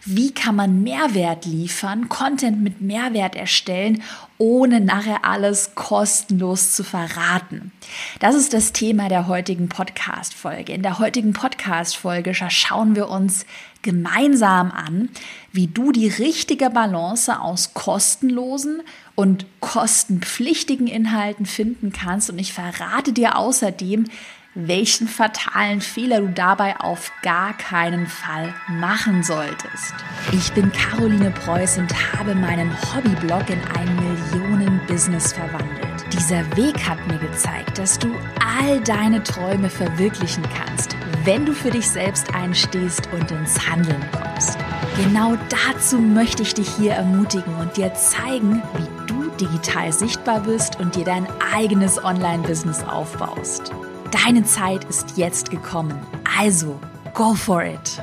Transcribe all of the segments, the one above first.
Wie kann man Mehrwert liefern, Content mit Mehrwert erstellen, ohne nachher alles kostenlos zu verraten? Das ist das Thema der heutigen Podcast-Folge. In der heutigen Podcast-Folge schauen wir uns gemeinsam an, wie du die richtige Balance aus kostenlosen und kostenpflichtigen Inhalten finden kannst. Und ich verrate dir außerdem, welchen fatalen Fehler du dabei auf gar keinen Fall machen solltest. Ich bin Caroline Preuß und habe meinen Hobbyblog in ein Millionen-Business verwandelt. Dieser Weg hat mir gezeigt, dass du all deine Träume verwirklichen kannst, wenn du für dich selbst einstehst und ins Handeln kommst. Genau dazu möchte ich dich hier ermutigen und dir zeigen, wie du digital sichtbar bist und dir dein eigenes Online-Business aufbaust. Deine Zeit ist jetzt gekommen, also go for it!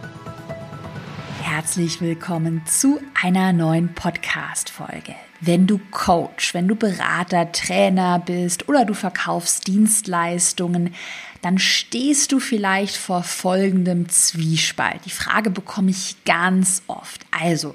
Herzlich willkommen zu einer neuen Podcast-Folge. Wenn du Coach, wenn du Berater, Trainer bist oder du verkaufst Dienstleistungen, dann stehst du vielleicht vor folgendem Zwiespalt. Die Frage bekomme ich ganz oft. Also,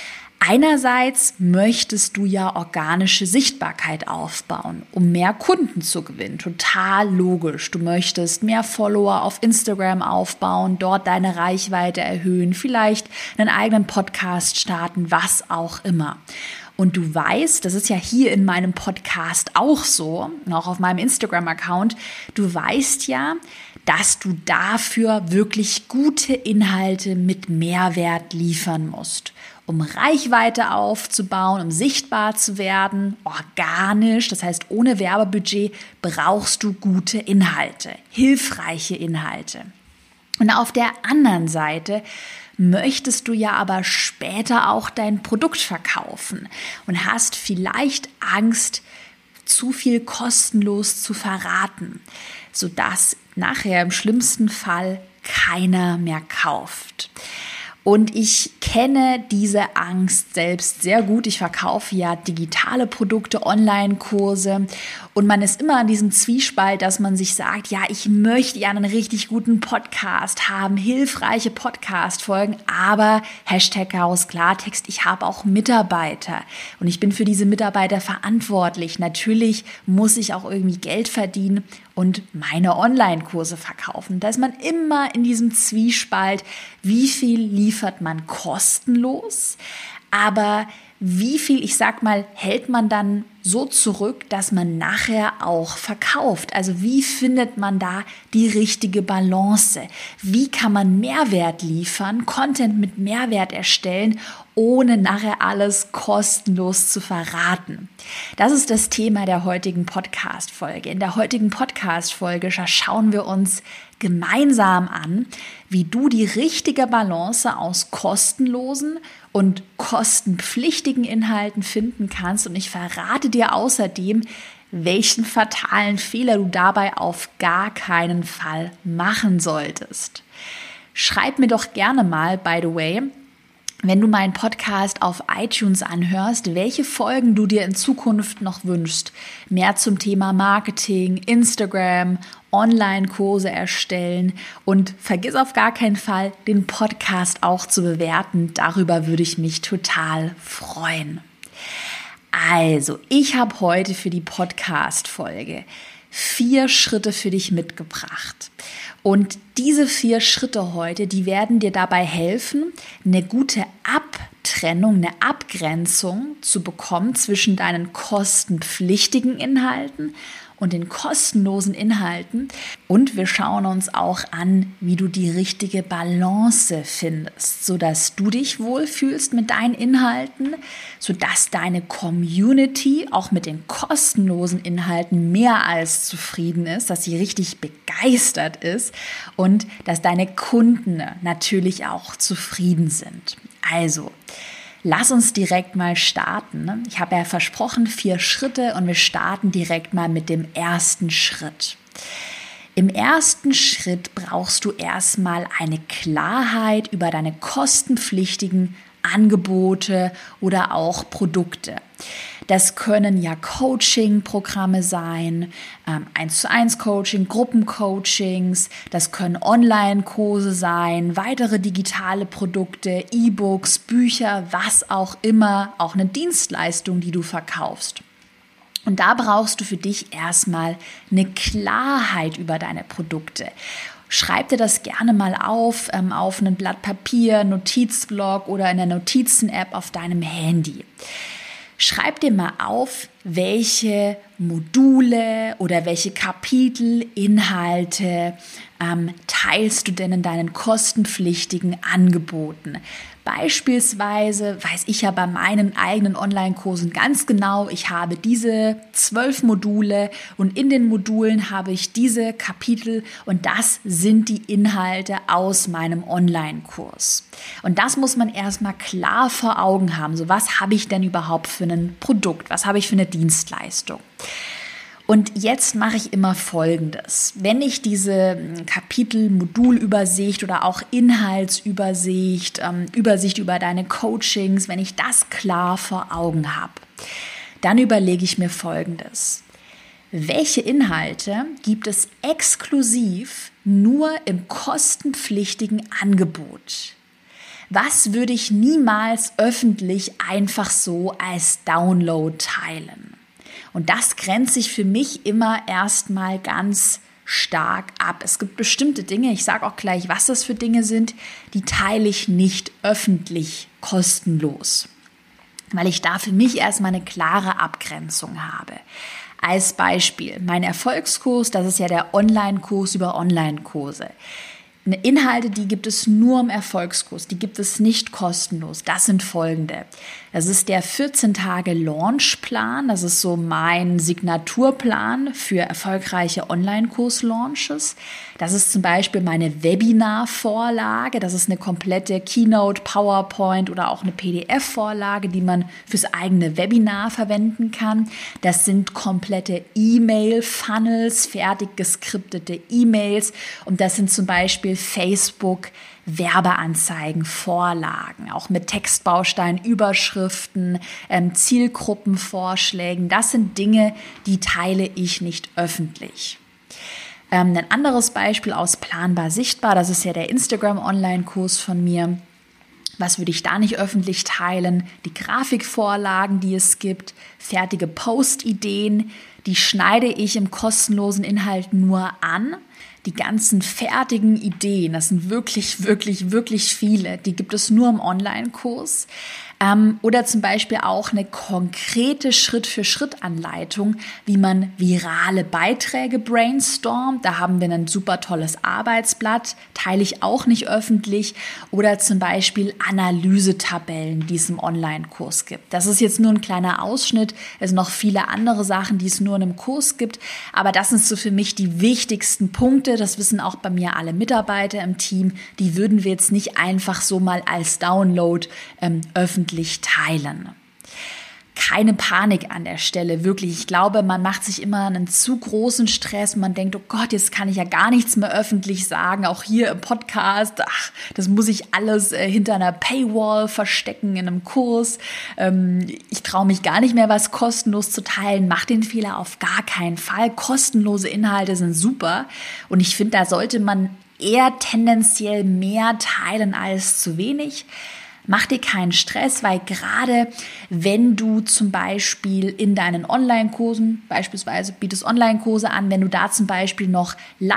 einerseits möchtest du ja organische Sichtbarkeit aufbauen, um mehr Kunden zu gewinnen. Total logisch. Du möchtest mehr Follower auf Instagram aufbauen, dort deine Reichweite erhöhen, vielleicht einen eigenen Podcast starten, was auch immer. Und du weißt, das ist ja hier in meinem Podcast auch so, auch auf meinem Instagram-Account, du weißt ja, dass du dafür wirklich gute Inhalte mit Mehrwert liefern musst, um Reichweite aufzubauen, um sichtbar zu werden, organisch, das heißt ohne Werbebudget, brauchst du gute Inhalte, hilfreiche Inhalte. Und auf der anderen Seite möchtest du ja aber später auch dein Produkt verkaufen und hast vielleicht Angst, zu viel kostenlos zu verraten, sodass nachher im schlimmsten Fall keiner mehr kauft. Und ich kenne diese Angst selbst sehr gut. Ich verkaufe ja digitale Produkte, Online-Kurse und man ist immer an diesem Zwiespalt, dass man sich sagt, ja, ich möchte ja einen richtig guten Podcast haben, hilfreiche Podcast-Folgen, aber #Chaos Klartext, ich habe auch Mitarbeiter und ich bin für diese Mitarbeiter verantwortlich. Natürlich muss ich auch irgendwie Geld verdienen und meine Online-Kurse verkaufen. Da ist man immer in diesem Zwiespalt, wie viel liefert man kostenlos, aber wie viel, ich sag mal, hält man dann so zurück, dass man nachher auch verkauft? Also wie findet man da die richtige Balance? Wie kann man Mehrwert liefern, Content mit Mehrwert erstellen, ohne nachher alles kostenlos zu verraten? Das ist das Thema der heutigen Podcast-Folge. In der heutigen Podcast-Folge schauen wir uns gemeinsam an, wie du die richtige Balance aus kostenlosen und kostenpflichtigen Inhalten finden kannst. Und ich verrate dir außerdem, welchen fatalen Fehler du dabei auf gar keinen Fall machen solltest. Schreib mir doch gerne mal, by the way, wenn du meinen Podcast auf iTunes anhörst, welche Folgen du dir in Zukunft noch wünschst. Mehr zum Thema Marketing, Instagram, Online-Kurse erstellen und vergiss auf gar keinen Fall, den Podcast auch zu bewerten. Darüber würde ich mich total freuen. Also, ich habe heute für die Podcast-Folge 4 Schritte für dich mitgebracht. Und diese 4 Schritte heute, die werden dir dabei helfen, eine gute Abtrennung, eine Abgrenzung zu bekommen zwischen deinen kostenpflichtigen Inhalten und den kostenlosen Inhalten. Und wir schauen uns auch an, wie du die richtige Balance findest, sodass du dich wohlfühlst mit deinen Inhalten, sodass deine Community auch mit den kostenlosen Inhalten mehr als zufrieden ist, dass sie richtig begeistert ist und dass deine Kunden natürlich auch zufrieden sind. Also, lass uns direkt mal starten. Ich habe ja versprochen 4 Schritte und wir starten direkt mal mit dem ersten Schritt. Im ersten Schritt brauchst du erstmal eine Klarheit über deine kostenpflichtigen Angebote oder auch Produkte. Das können ja Coaching-Programme sein, 1:1 Coaching, Gruppencoachings, das können Online-Kurse sein, weitere digitale Produkte, E-Books, Bücher, was auch immer, auch eine Dienstleistung, die du verkaufst. Und da brauchst du für dich erstmal eine Klarheit über deine Produkte. Schreib dir das gerne mal auf einem Blatt Papier, Notizblock oder in der Notizen-App auf deinem Handy. Schreib dir mal auf, welche Module oder welche Kapitel, Inhalte teilst du denn in deinen kostenpflichtigen Angeboten. Beispielsweise weiß ich ja bei meinen eigenen Online-Kursen ganz genau, ich habe diese 12 Module und in den Modulen habe ich diese Kapitel und das sind die Inhalte aus meinem Online-Kurs. Und das muss man erstmal klar vor Augen haben. So, was habe ich denn überhaupt für ein Produkt? Was habe ich für eine Dienstleistung? Und jetzt mache ich immer Folgendes. Wenn ich diese Kapitel, Modulübersicht oder auch Inhaltsübersicht, Übersicht über deine Coachings, wenn ich das klar vor Augen habe, dann überlege ich mir Folgendes. Welche Inhalte gibt es exklusiv nur im kostenpflichtigen Angebot? Was würde ich niemals öffentlich einfach so als Download teilen? Und das grenzt sich für mich immer erstmal ganz stark ab. Es gibt bestimmte Dinge, ich sage auch gleich, was das für Dinge sind, die teile ich nicht öffentlich kostenlos, weil ich da für mich erstmal eine klare Abgrenzung habe. Als Beispiel, mein Erfolgskurs, das ist ja der Online-Kurs über Online-Kurse. Inhalte, die gibt es nur im Erfolgskurs, die gibt es nicht kostenlos. Das sind folgende. Das ist der 14-Tage-Launchplan, das ist so mein Signaturplan für erfolgreiche Online-Kurs-Launches. Das ist zum Beispiel meine Webinar-Vorlage, das ist eine komplette Keynote, PowerPoint oder auch eine PDF-Vorlage, die man fürs eigene Webinar verwenden kann. Das sind komplette E-Mail-Funnels, fertig geskriptete E-Mails und das sind zum Beispiel Facebook Werbeanzeigen, Vorlagen, auch mit Textbausteinen, Überschriften, Zielgruppenvorschlägen. Das sind Dinge, die teile ich nicht öffentlich. Ein anderes Beispiel aus Planbar Sichtbar, das ist ja der Instagram-Online-Kurs von mir. Was würde ich da nicht öffentlich teilen? Die Grafikvorlagen, die es gibt, fertige Post-Ideen, die schneide ich im kostenlosen Inhalt nur an. Die ganzen fertigen Ideen, das sind wirklich, wirklich, wirklich viele, die gibt es nur im Online-Kurs. Oder zum Beispiel auch eine konkrete Schritt-für-Schritt-Anleitung, wie man virale Beiträge brainstormt. Da haben wir ein super tolles Arbeitsblatt, teile ich auch nicht öffentlich. Oder zum Beispiel Analysetabellen, die es im Online-Kurs gibt. Das ist jetzt nur ein kleiner Ausschnitt. Es sind noch viele andere Sachen, die es nur in einem Kurs gibt. Aber das sind so für mich die wichtigsten Punkte. Das wissen auch bei mir alle Mitarbeiter im Team. Die würden wir jetzt nicht einfach so mal als Download öffentlich teilen. Keine Panik an der Stelle, wirklich. Ich glaube, man macht sich immer einen zu großen Stress. Man denkt, oh Gott, jetzt kann ich ja gar nichts mehr öffentlich sagen, auch hier im Podcast. Ach, das muss ich alles hinter einer Paywall verstecken in einem Kurs. Ich traue mich gar nicht mehr, was kostenlos zu teilen. Mach den Fehler auf gar keinen Fall. Kostenlose Inhalte sind super. Und ich finde, da sollte man eher tendenziell mehr teilen als zu wenig. Mach dir keinen Stress, weil gerade wenn du zum Beispiel in deinen Online-Kursen, beispielsweise bietest Online-Kurse an, wenn du da zum Beispiel noch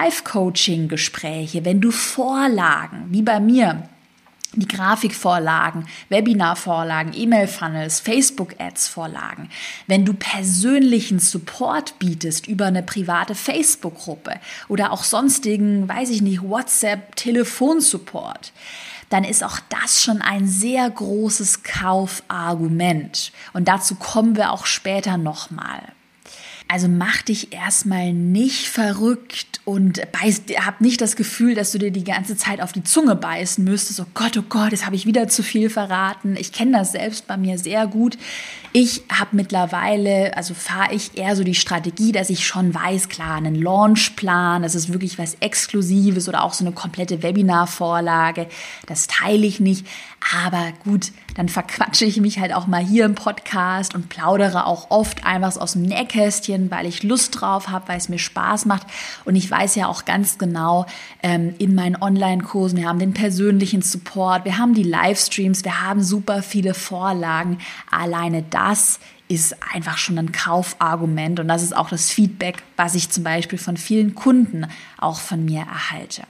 Live-Coaching-Gespräche, wenn du Vorlagen, wie bei mir, die Grafikvorlagen, Webinar-Vorlagen, E-Mail-Funnels, Facebook-Ads-Vorlagen, wenn du persönlichen Support bietest über eine private Facebook-Gruppe oder auch sonstigen, weiß ich nicht, WhatsApp, Telefonsupport, dann ist auch das schon ein sehr großes Kaufargument. Und dazu kommen wir auch später nochmal. Also mach dich erstmal nicht verrückt und hab nicht das Gefühl, dass du dir die ganze Zeit auf die Zunge beißen müsstest. Oh Gott, jetzt habe ich wieder zu viel verraten. Ich kenne das selbst bei mir sehr gut. Ich habe mittlerweile, fahre ich eher so die Strategie, dass ich schon weiß, klar, einen Launchplan, das ist wirklich was Exklusives oder auch so eine komplette Webinarvorlage, das teile ich nicht. Aber gut, dann verquatsche ich mich halt auch mal hier im Podcast und plaudere auch oft einfach so aus dem Nähkästchen, weil ich Lust drauf habe, weil es mir Spaß macht. Und ich weiß ja auch ganz genau, in meinen Online-Kursen, wir haben den persönlichen Support, wir haben die Livestreams, wir haben super viele Vorlagen. Alleine das ist einfach schon ein Kaufargument und das ist auch das Feedback, was ich zum Beispiel von vielen Kunden auch von mir erhalte.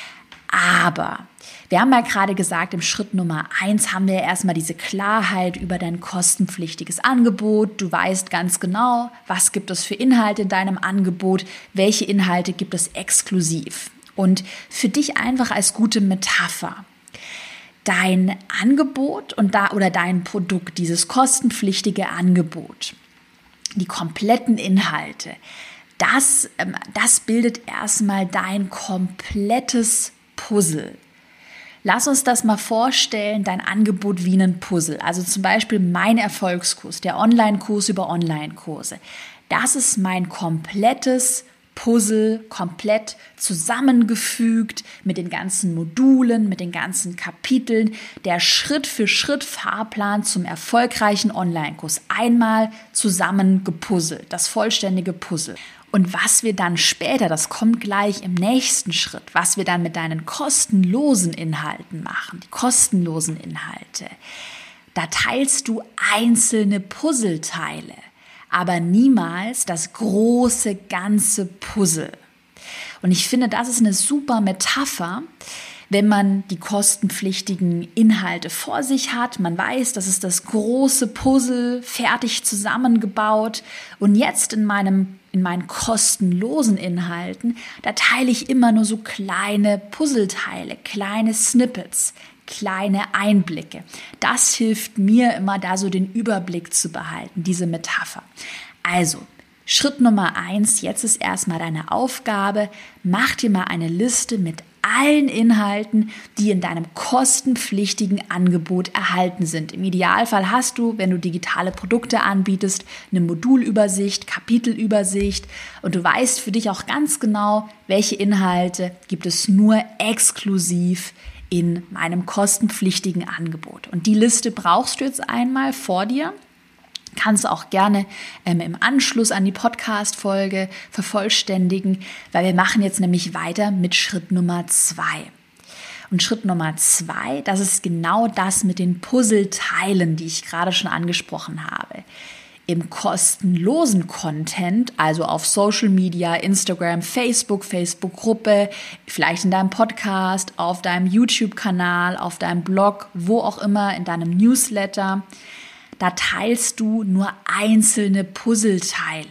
Aber wir haben ja gerade gesagt, im Schritt Nummer 1 haben wir ja erstmal diese Klarheit über dein kostenpflichtiges Angebot. Du weißt ganz genau, was gibt es für Inhalte in deinem Angebot, welche Inhalte gibt es exklusiv. Und für dich einfach als gute Metapher: Dein Angebot oder dein Produkt, dieses kostenpflichtige Angebot, die kompletten Inhalte, das bildet erstmal dein komplettes Puzzle. Lass uns das mal vorstellen, dein Angebot wie ein Puzzle. Also zum Beispiel mein Erfolgskurs, der Online-Kurs über Online-Kurse. Das ist mein komplettes Puzzle, komplett zusammengefügt mit den ganzen Modulen, mit den ganzen Kapiteln, der Schritt-für-Schritt-Fahrplan zum erfolgreichen Online-Kurs. Einmal zusammengepuzzelt, das vollständige Puzzle. Und was wir dann später, das kommt gleich im nächsten Schritt, was wir dann mit deinen kostenlosen Inhalten machen, die kostenlosen Inhalte, da teilst du einzelne Puzzleteile, aber niemals das große ganze Puzzle. Und ich finde, das ist eine super Metapher, wenn man die kostenpflichtigen Inhalte vor sich hat. Man weiß, das ist das große Puzzle, fertig zusammengebaut. Und jetzt in meinen kostenlosen Inhalten, da teile ich immer nur so kleine Puzzleteile, kleine Snippets, kleine Einblicke. Das hilft mir immer, da so den Überblick zu behalten, diese Metapher. Also, Schritt Nummer 1, jetzt ist erstmal deine Aufgabe, mach dir mal eine Liste mit allen Inhalten, die in deinem kostenpflichtigen Angebot erhalten sind. Im Idealfall hast du, wenn du digitale Produkte anbietest, eine Modulübersicht, Kapitelübersicht und du weißt für dich auch ganz genau, welche Inhalte gibt es nur exklusiv in meinem kostenpflichtigen Angebot. Und die Liste brauchst du jetzt einmal vor dir. Kannst du auch gerne im Anschluss an die Podcast-Folge vervollständigen, weil wir machen jetzt nämlich weiter mit Schritt Nummer 2. Und Schritt Nummer 2, das ist genau das mit den Puzzleteilen, die ich gerade schon angesprochen habe. Im kostenlosen Content, also auf Social Media, Instagram, Facebook-Gruppe, vielleicht in deinem Podcast, auf deinem YouTube-Kanal, auf deinem Blog, wo auch immer, in deinem Newsletter, da teilst du nur einzelne Puzzleteile.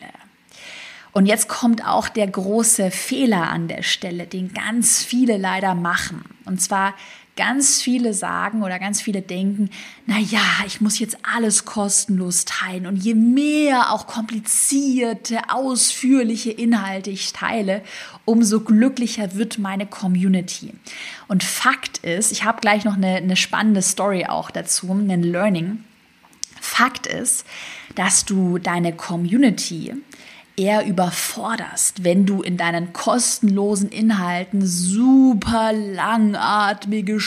Und jetzt kommt auch der große Fehler an der Stelle, den ganz viele leider machen. Und zwar ganz viele sagen oder ganz viele denken, naja, ich muss jetzt alles kostenlos teilen. Und je mehr auch komplizierte, ausführliche Inhalte ich teile, umso glücklicher wird meine Community. Und Fakt ist, ich habe gleich noch eine spannende Story auch dazu, ein Learning. Fakt ist, dass du deine Community eher überforderst, wenn du in deinen kostenlosen Inhalten super langatmige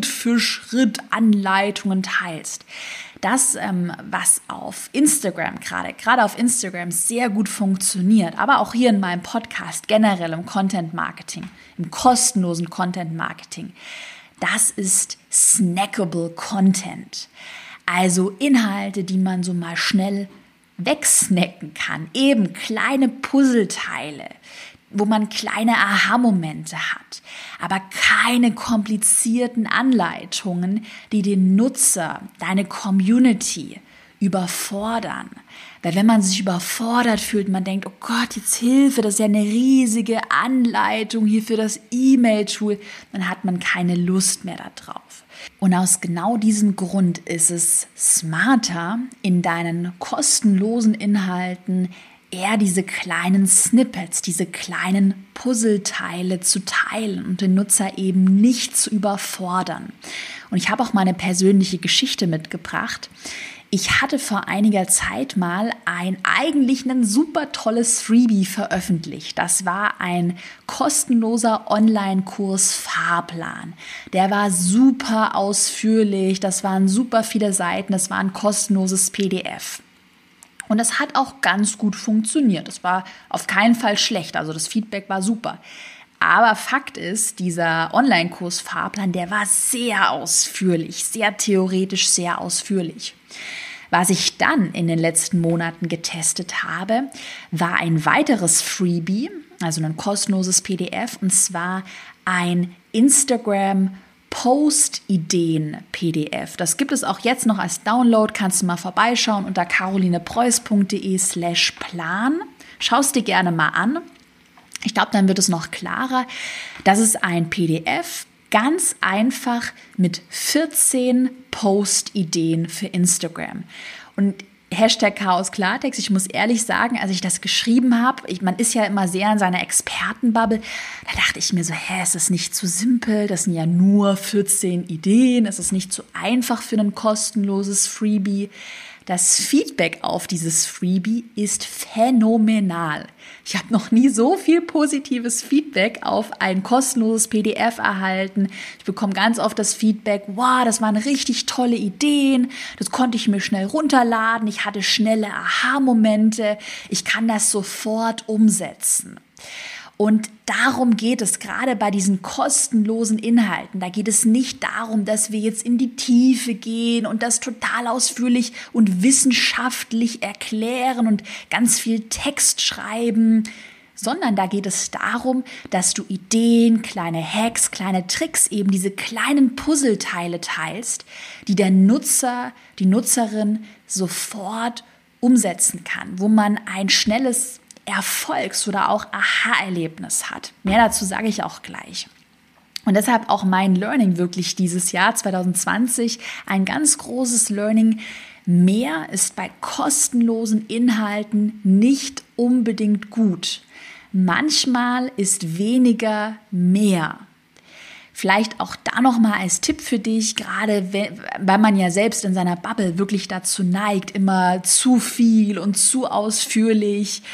Schritt-für-Schritt-Anleitungen teilst. Das, was auf Instagram gerade auf Instagram sehr gut funktioniert, aber auch hier in meinem Podcast generell im Content Marketing, im kostenlosen Content Marketing, das ist snackable Content. Also Inhalte, die man so mal schnell wegsnacken kann. Eben kleine Puzzleteile, wo man kleine Aha-Momente hat. Aber keine komplizierten Anleitungen, die den Nutzer, deine Community überfordern. Weil wenn man sich überfordert fühlt, man denkt, oh Gott, jetzt Hilfe, das ist ja eine riesige Anleitung hier für das E-Mail-Tool, dann hat man keine Lust mehr darauf. Und aus genau diesem Grund ist es smarter, in deinen kostenlosen Inhalten eher diese kleinen Snippets, diese kleinen Puzzleteile zu teilen und den Nutzer eben nicht zu überfordern. Und ich habe auch mal eine persönliche Geschichte mitgebracht. Ich hatte vor einiger Zeit mal eigentlich ein super tolles Freebie veröffentlicht. Das war ein kostenloser Online-Kurs Fahrplan. Der war super ausführlich, das waren super viele Seiten, das war ein kostenloses PDF. Und das hat auch ganz gut funktioniert. Das war auf keinen Fall schlecht, also das Feedback war super. Aber Fakt ist, dieser Online-Kurs Fahrplan, der war sehr ausführlich, sehr theoretisch, sehr ausführlich. Was ich dann in den letzten Monaten getestet habe, war ein weiteres Freebie, also ein kostenloses PDF, und zwar ein Instagram-Post-Ideen-PDF. Das gibt es auch jetzt noch als Download, kannst du mal vorbeischauen unter carolinepreuß.de/plan. Schau es dir gerne mal an. Ich glaube, dann wird es noch klarer. Das ist ein PDF, ganz einfach mit 14 Post-Ideen für Instagram. Und Hashtag Chaos Klartext, ich muss ehrlich sagen, als ich das geschrieben habe, man ist ja immer sehr in seiner Expertenbubble, da dachte ich mir so, ist das nicht zu simpel? Das sind ja nur 14 Ideen, ist das nicht zu einfach für ein kostenloses Freebie? Das Feedback auf dieses Freebie ist phänomenal. Ich habe noch nie so viel positives Feedback auf ein kostenloses PDF erhalten. Ich bekomme ganz oft das Feedback, wow, das waren richtig tolle Ideen, das konnte ich mir schnell runterladen, ich hatte schnelle Aha-Momente, ich kann das sofort umsetzen. Und darum geht es gerade bei diesen kostenlosen Inhalten. Da geht es nicht darum, dass wir jetzt in die Tiefe gehen und das total ausführlich und wissenschaftlich erklären und ganz viel Text schreiben, sondern da geht es darum, dass du Ideen, kleine Hacks, kleine Tricks, eben diese kleinen Puzzleteile teilst, die der Nutzer, die Nutzerin sofort umsetzen kann, wo man ein schnelles Erfolgs- oder auch Aha-Erlebnis hat. Mehr dazu sage ich auch gleich. Und deshalb auch mein Learning wirklich dieses Jahr 2020, ein ganz großes Learning. Mehr ist bei kostenlosen Inhalten nicht unbedingt gut. Manchmal ist weniger mehr. Vielleicht auch da nochmal als Tipp für dich, gerade weil man ja selbst in seiner Bubble wirklich dazu neigt, immer zu viel und zu ausführlich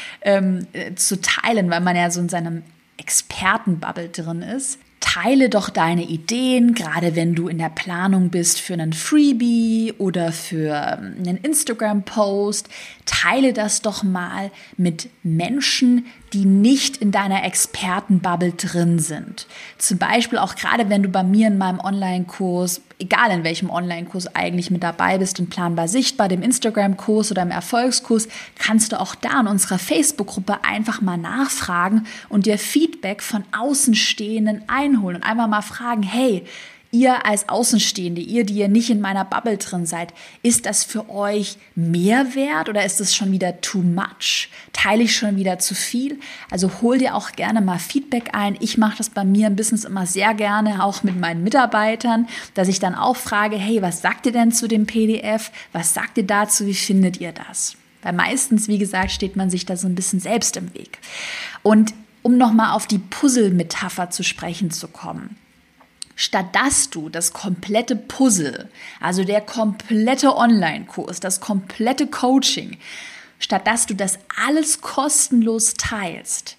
zu teilen, weil man ja so in seinem Expertenbubble drin ist. Teile doch deine Ideen, gerade wenn du in der Planung bist für einen Freebie oder für einen Instagram-Post. Teile das doch mal mit Menschen, die nicht in deiner Expertenbubble drin sind. Zum Beispiel auch gerade, wenn du bei mir in meinem Online-Kurs, egal in welchem Online-Kurs eigentlich mit dabei bist, in Planbar Sichtbar, dem Instagram-Kurs oder im Erfolgskurs, kannst du auch da in unserer Facebook-Gruppe einfach mal nachfragen und dir Feedback von Außenstehenden einholen und einfach mal fragen, hey, ihr als Außenstehende, die ihr nicht in meiner Bubble drin seid, ist das für euch Mehrwert oder ist es schon wieder too much? Teile ich schon wieder zu viel? Also hol dir auch gerne mal Feedback ein. Ich mache das bei mir im Business immer sehr gerne, auch mit meinen Mitarbeitern, dass ich dann auch frage, hey, was sagt ihr denn zu dem PDF? Was sagt ihr dazu? Wie findet ihr das? Weil meistens, wie gesagt, steht man sich da so ein bisschen selbst im Weg. Und um nochmal auf die Puzzle-Metapher zu sprechen zu kommen. Statt dass du das komplette Puzzle, also der komplette Online-Kurs, das komplette Coaching, statt dass du das alles kostenlos teilst,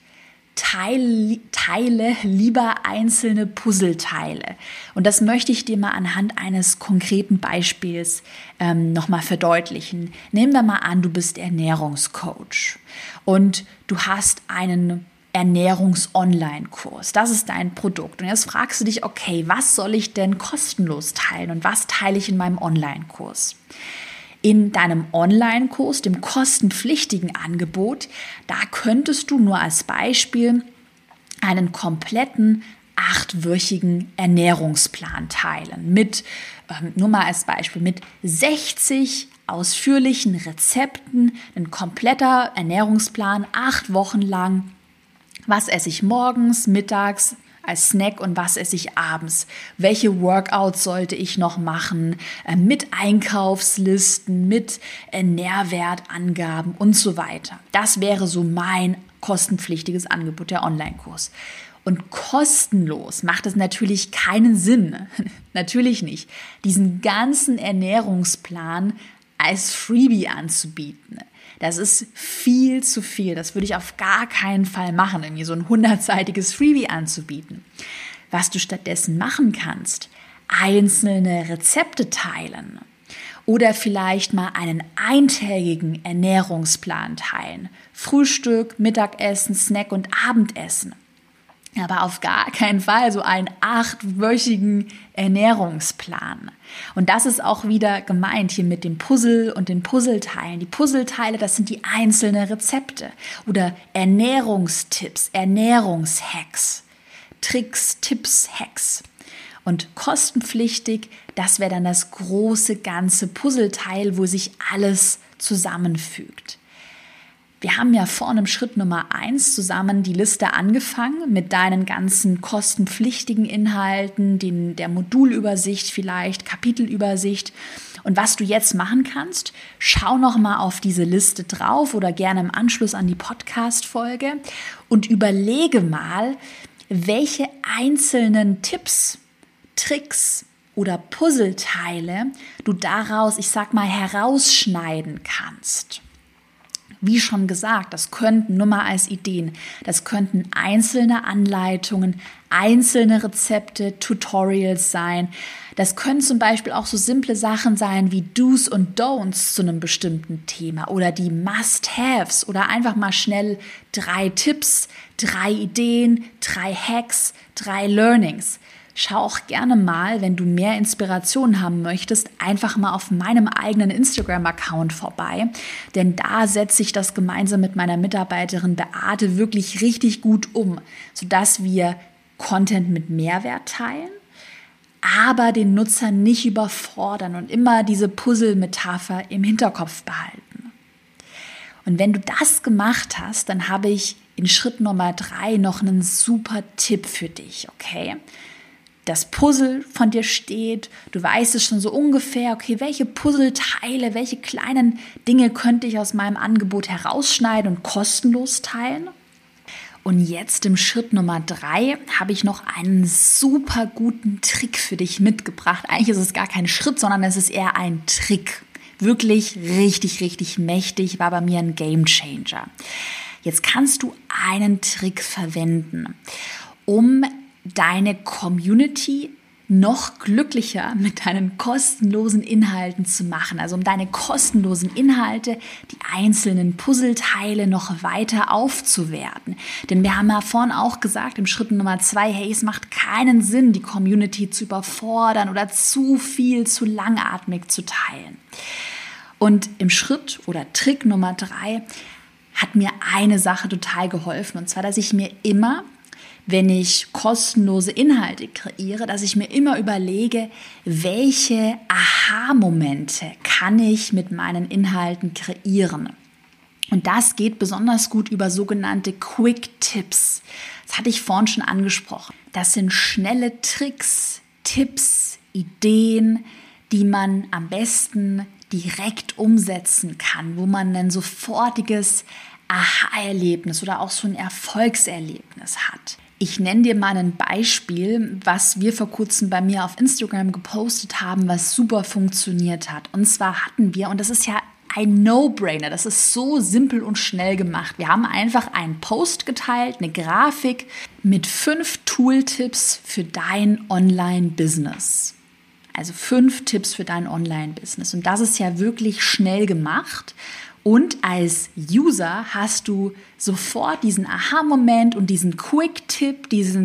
teile lieber einzelne Puzzleteile. Und das möchte ich dir mal anhand eines konkreten Beispiels nochmal verdeutlichen. Nehmen wir mal an, du bist Ernährungscoach und du hast einen Ernährungs-Online-Kurs. Das ist dein Produkt. Und jetzt fragst du dich, okay, was soll ich denn kostenlos teilen und was teile ich in meinem Online-Kurs? In deinem Online-Kurs, dem kostenpflichtigen Angebot, da könntest du nur als Beispiel einen kompletten 8-wöchigen Ernährungsplan teilen. Nur mal als Beispiel, mit 60 ausführlichen Rezepten, ein kompletter Ernährungsplan, 8 Wochen lang. Was esse ich morgens, mittags, als Snack und was esse ich abends? Welche Workouts sollte ich noch machen? Mit Einkaufslisten, mit Nährwertangaben und so weiter. Das wäre so mein kostenpflichtiges Angebot, der Online-Kurs. Und kostenlos macht es natürlich keinen Sinn, natürlich nicht, diesen ganzen Ernährungsplan als Freebie anzubieten. Das ist viel zu viel. Das würde ich auf gar keinen Fall machen, irgendwie so ein 100-seitiges Freebie anzubieten. Was du stattdessen machen kannst, einzelne Rezepte teilen oder vielleicht mal einen eintägigen Ernährungsplan teilen. Frühstück, Mittagessen, Snack und Abendessen. Aber auf gar keinen Fall so einen 8-wöchigen Ernährungsplan. Und das ist auch wieder gemeint hier mit dem Puzzle und den Puzzleteilen. Die Puzzleteile, das sind die einzelnen Rezepte oder Ernährungstipps, Ernährungshacks, Tricks, Tipps, Hacks. Und kostenpflichtig, das wäre dann das große ganze Puzzleteil, wo sich alles zusammenfügt. Wir haben ja vorne im Schritt Nummer 1 zusammen die Liste angefangen mit deinen ganzen kostenpflichtigen Inhalten, der Modulübersicht vielleicht, Kapitelübersicht. Und was du jetzt machen kannst, schau noch mal auf diese Liste drauf oder gerne im Anschluss an die Podcast-Folge und überlege mal, welche einzelnen Tipps, Tricks oder Puzzleteile du daraus, ich sag mal, herausschneiden kannst. Wie schon gesagt, das könnten nur mal als Ideen, das könnten einzelne Anleitungen, einzelne Rezepte, Tutorials sein. Das können zum Beispiel auch so simple Sachen sein wie Do's und Don'ts zu einem bestimmten Thema oder die Must-Haves oder einfach mal schnell 3 Tipps, 3 Ideen, 3 Hacks, 3 Learnings. Schau auch gerne mal, wenn du mehr Inspiration haben möchtest, einfach mal auf meinem eigenen Instagram-Account vorbei. Denn da setze ich das gemeinsam mit meiner Mitarbeiterin Beate wirklich richtig gut um, sodass wir Content mit Mehrwert teilen, aber den Nutzer nicht überfordern und immer diese Puzzle-Metapher im Hinterkopf behalten. Und wenn du das gemacht hast, dann habe ich in Schritt Nummer 3 noch einen super Tipp für dich, okay? Das Puzzle von dir steht, du weißt es schon so ungefähr, okay, welche Puzzleteile, welche kleinen Dinge könnte ich aus meinem Angebot herausschneiden und kostenlos teilen? Und jetzt im Schritt Nummer 3 habe ich noch einen super guten Trick für dich mitgebracht. Eigentlich ist es gar kein Schritt, sondern es ist eher ein Trick. Wirklich richtig, richtig mächtig, war bei mir ein Gamechanger. Jetzt kannst du einen Trick verwenden, um deine Community noch glücklicher mit deinen kostenlosen Inhalten zu machen. Also um deine kostenlosen Inhalte, die einzelnen Puzzleteile noch weiter aufzuwerten. Denn wir haben ja vorhin auch gesagt, im Schritt Nummer 2, hey, es macht keinen Sinn, die Community zu überfordern oder zu viel, zu langatmig zu teilen. Und im Schritt oder Trick Nummer 3 hat mir eine Sache total geholfen. Und zwar, dass ich mir immer, wenn ich kostenlose Inhalte kreiere, dass ich mir immer überlege, welche Aha-Momente kann ich mit meinen Inhalten kreieren. Und das geht besonders gut über sogenannte Quick-Tips. Das hatte ich vorhin schon angesprochen. Das sind schnelle Tricks, Tipps, Ideen, die man am besten direkt umsetzen kann, wo man ein sofortiges Aha-Erlebnis oder auch so ein Erfolgserlebnis hat. Ich nenne dir mal ein Beispiel, was wir vor kurzem bei mir auf Instagram gepostet haben, was super funktioniert hat. Und zwar hatten wir, und das ist ja ein No-Brainer, das ist so simpel und schnell gemacht. Wir haben einfach einen Post geteilt, eine Grafik mit 5 Tooltips für dein Online-Business. Also 5 Tipps für dein Online-Business. Und das ist ja wirklich schnell gemacht. Und als User hast du sofort diesen Aha-Moment und diesen Quick-Tipp,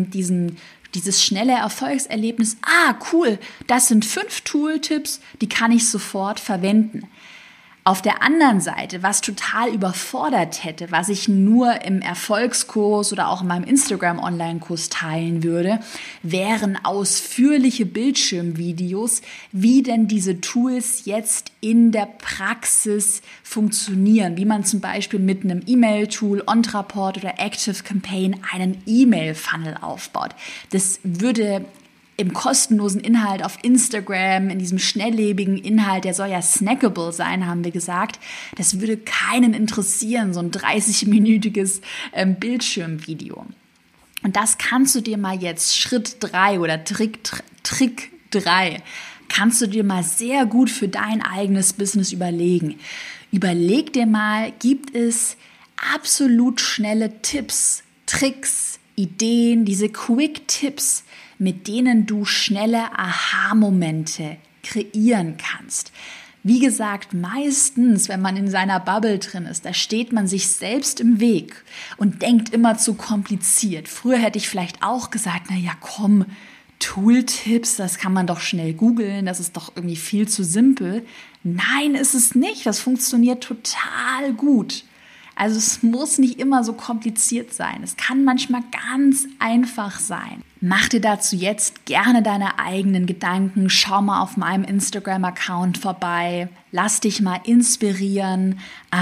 dieses schnelle Erfolgserlebnis. Ah, cool, das sind 5 Tooltips, die kann ich sofort verwenden. Auf der anderen Seite, was total überfordert hätte, was ich nur im Erfolgskurs oder auch in meinem Instagram-Online-Kurs teilen würde, wären ausführliche Bildschirmvideos, wie denn diese Tools jetzt in der Praxis funktionieren, wie man zum Beispiel mit einem E-Mail-Tool, Ontraport oder ActiveCampaign einen E-Mail-Funnel aufbaut. Das würde im kostenlosen Inhalt auf Instagram, in diesem schnelllebigen Inhalt, der soll ja snackable sein, haben wir gesagt, das würde keinen interessieren, so ein 30-minütiges Bildschirmvideo. Und das kannst du dir mal jetzt Schritt 3 oder Trick 3, kannst du dir mal sehr gut für dein eigenes Business überlegen. Überleg dir mal, gibt es absolut schnelle Tipps, Tricks, Ideen, diese Quick-Tipps, mit denen du schnelle Aha-Momente kreieren kannst. Wie gesagt, meistens, wenn man in seiner Bubble drin ist, da steht man sich selbst im Weg und denkt immer zu kompliziert. Früher hätte ich vielleicht auch gesagt, na ja, komm, Tooltips, das kann man doch schnell googeln, das ist doch irgendwie viel zu simpel. Nein, ist es nicht. Das funktioniert total gut. Also es muss nicht immer so kompliziert sein. Es kann manchmal ganz einfach sein. Mach dir dazu jetzt gerne deine eigenen Gedanken. Schau mal auf meinem Instagram-Account vorbei. Lass dich mal inspirieren.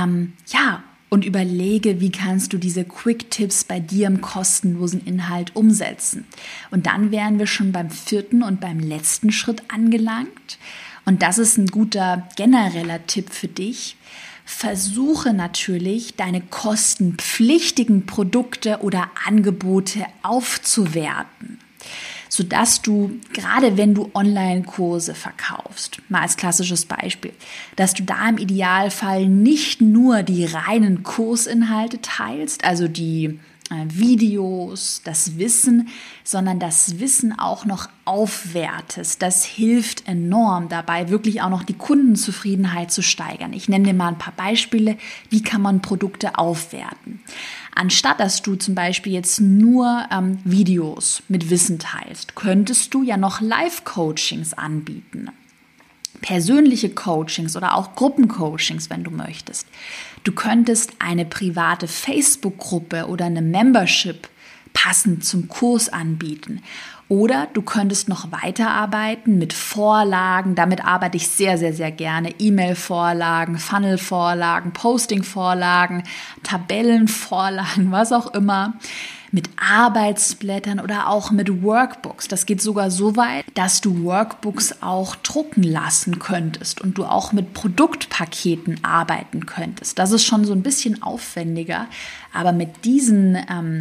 Und überlege, wie kannst du diese Quick-Tipps bei dir im kostenlosen Inhalt umsetzen. Und dann wären wir schon beim 4. und beim letzten Schritt angelangt. Und das ist ein guter genereller Tipp für dich. Versuche natürlich, deine kostenpflichtigen Produkte oder Angebote aufzuwerten, sodass du, gerade wenn du Online-Kurse verkaufst, mal als klassisches Beispiel, dass du da im Idealfall nicht nur die reinen Kursinhalte teilst, also die Videos, das Wissen, sondern das Wissen auch noch aufwertest. Das hilft enorm dabei, wirklich auch noch die Kundenzufriedenheit zu steigern. Ich nenne dir mal ein paar Beispiele, wie kann man Produkte aufwerten. Anstatt dass du zum Beispiel jetzt nur Videos mit Wissen teilst, könntest du ja noch Live-Coachings anbieten. Persönliche Coachings oder auch Gruppencoachings, wenn du möchtest. Du könntest eine private Facebook-Gruppe oder eine Membership passend zum Kurs anbieten. Oder du könntest noch weiterarbeiten mit Vorlagen. Damit arbeite ich sehr, sehr, sehr gerne. E-Mail-Vorlagen, Funnel-Vorlagen, Posting-Vorlagen, Tabellenvorlagen, was auch immer. Mit Arbeitsblättern oder auch mit Workbooks. Das geht sogar so weit, dass du Workbooks auch drucken lassen könntest und du auch mit Produktpaketen arbeiten könntest. Das ist schon so ein bisschen aufwendiger, aber mit diesen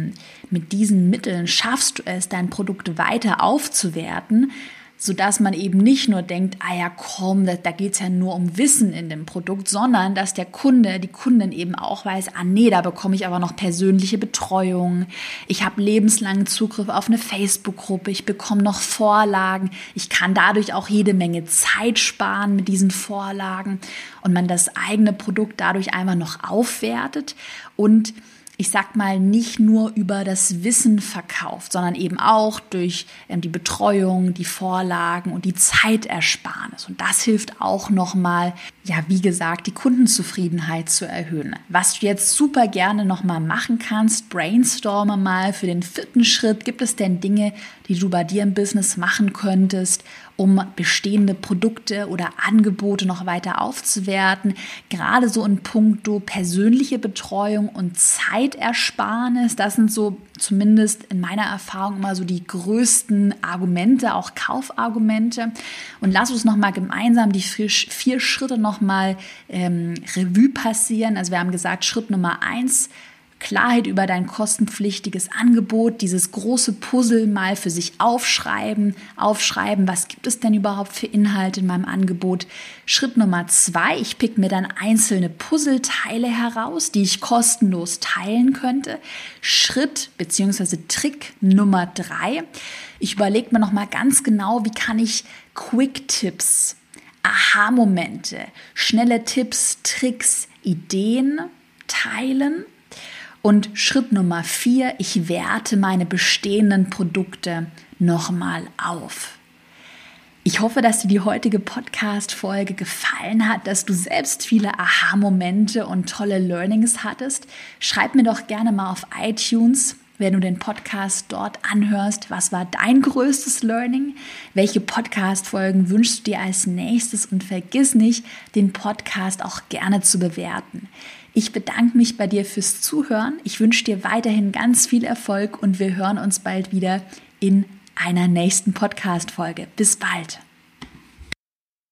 Mitteln schaffst du es, dein Produkt weiter aufzuwerten, sodass man eben nicht nur denkt, da geht es ja nur um Wissen in dem Produkt, sondern dass der Kunde, die Kundin eben auch weiß, da bekomme ich aber noch persönliche Betreuung, ich habe lebenslangen Zugriff auf eine Facebook-Gruppe, ich bekomme noch Vorlagen, ich kann dadurch auch jede Menge Zeit sparen mit diesen Vorlagen und man das eigene Produkt dadurch einfach noch aufwertet und ich sag mal, nicht nur über das Wissen verkauft, sondern eben auch durch die Betreuung, die Vorlagen und die Zeitersparnis. Und das hilft auch nochmal, wie gesagt, die Kundenzufriedenheit zu erhöhen. Was du jetzt super gerne nochmal machen kannst, brainstorme mal für den 4. Schritt. Gibt es denn Dinge, die du bei dir im Business machen könntest, um bestehende Produkte oder Angebote noch weiter aufzuwerten? Gerade so in puncto persönliche Betreuung und Zeitersparnis, das sind so zumindest in meiner Erfahrung immer so die größten Argumente, auch Kaufargumente. Und lass uns nochmal gemeinsam die 4 Schritte nochmal Revue passieren. Also wir haben gesagt, Schritt Nummer 1, Klarheit über dein kostenpflichtiges Angebot, dieses große Puzzle mal für sich aufschreiben, was gibt es denn überhaupt für Inhalte in meinem Angebot. Schritt Nummer 2, ich pick mir dann einzelne Puzzleteile heraus, die ich kostenlos teilen könnte. Schritt bzw. Trick Nummer 3, ich überlege mir nochmal ganz genau, wie kann ich Quick-Tipps, Aha-Momente, schnelle Tipps, Tricks, Ideen teilen. Und Schritt Nummer 4, ich werte meine bestehenden Produkte nochmal auf. Ich hoffe, dass dir die heutige Podcast-Folge gefallen hat, dass du selbst viele Aha-Momente und tolle Learnings hattest. Schreib mir doch gerne mal auf iTunes, wenn du den Podcast dort anhörst, was war dein größtes Learning? Welche Podcast-Folgen wünschst du dir als nächstes? Und vergiss nicht, den Podcast auch gerne zu bewerten. Ich bedanke mich bei dir fürs Zuhören. Ich wünsche dir weiterhin ganz viel Erfolg und wir hören uns bald wieder in einer nächsten Podcast-Folge. Bis bald!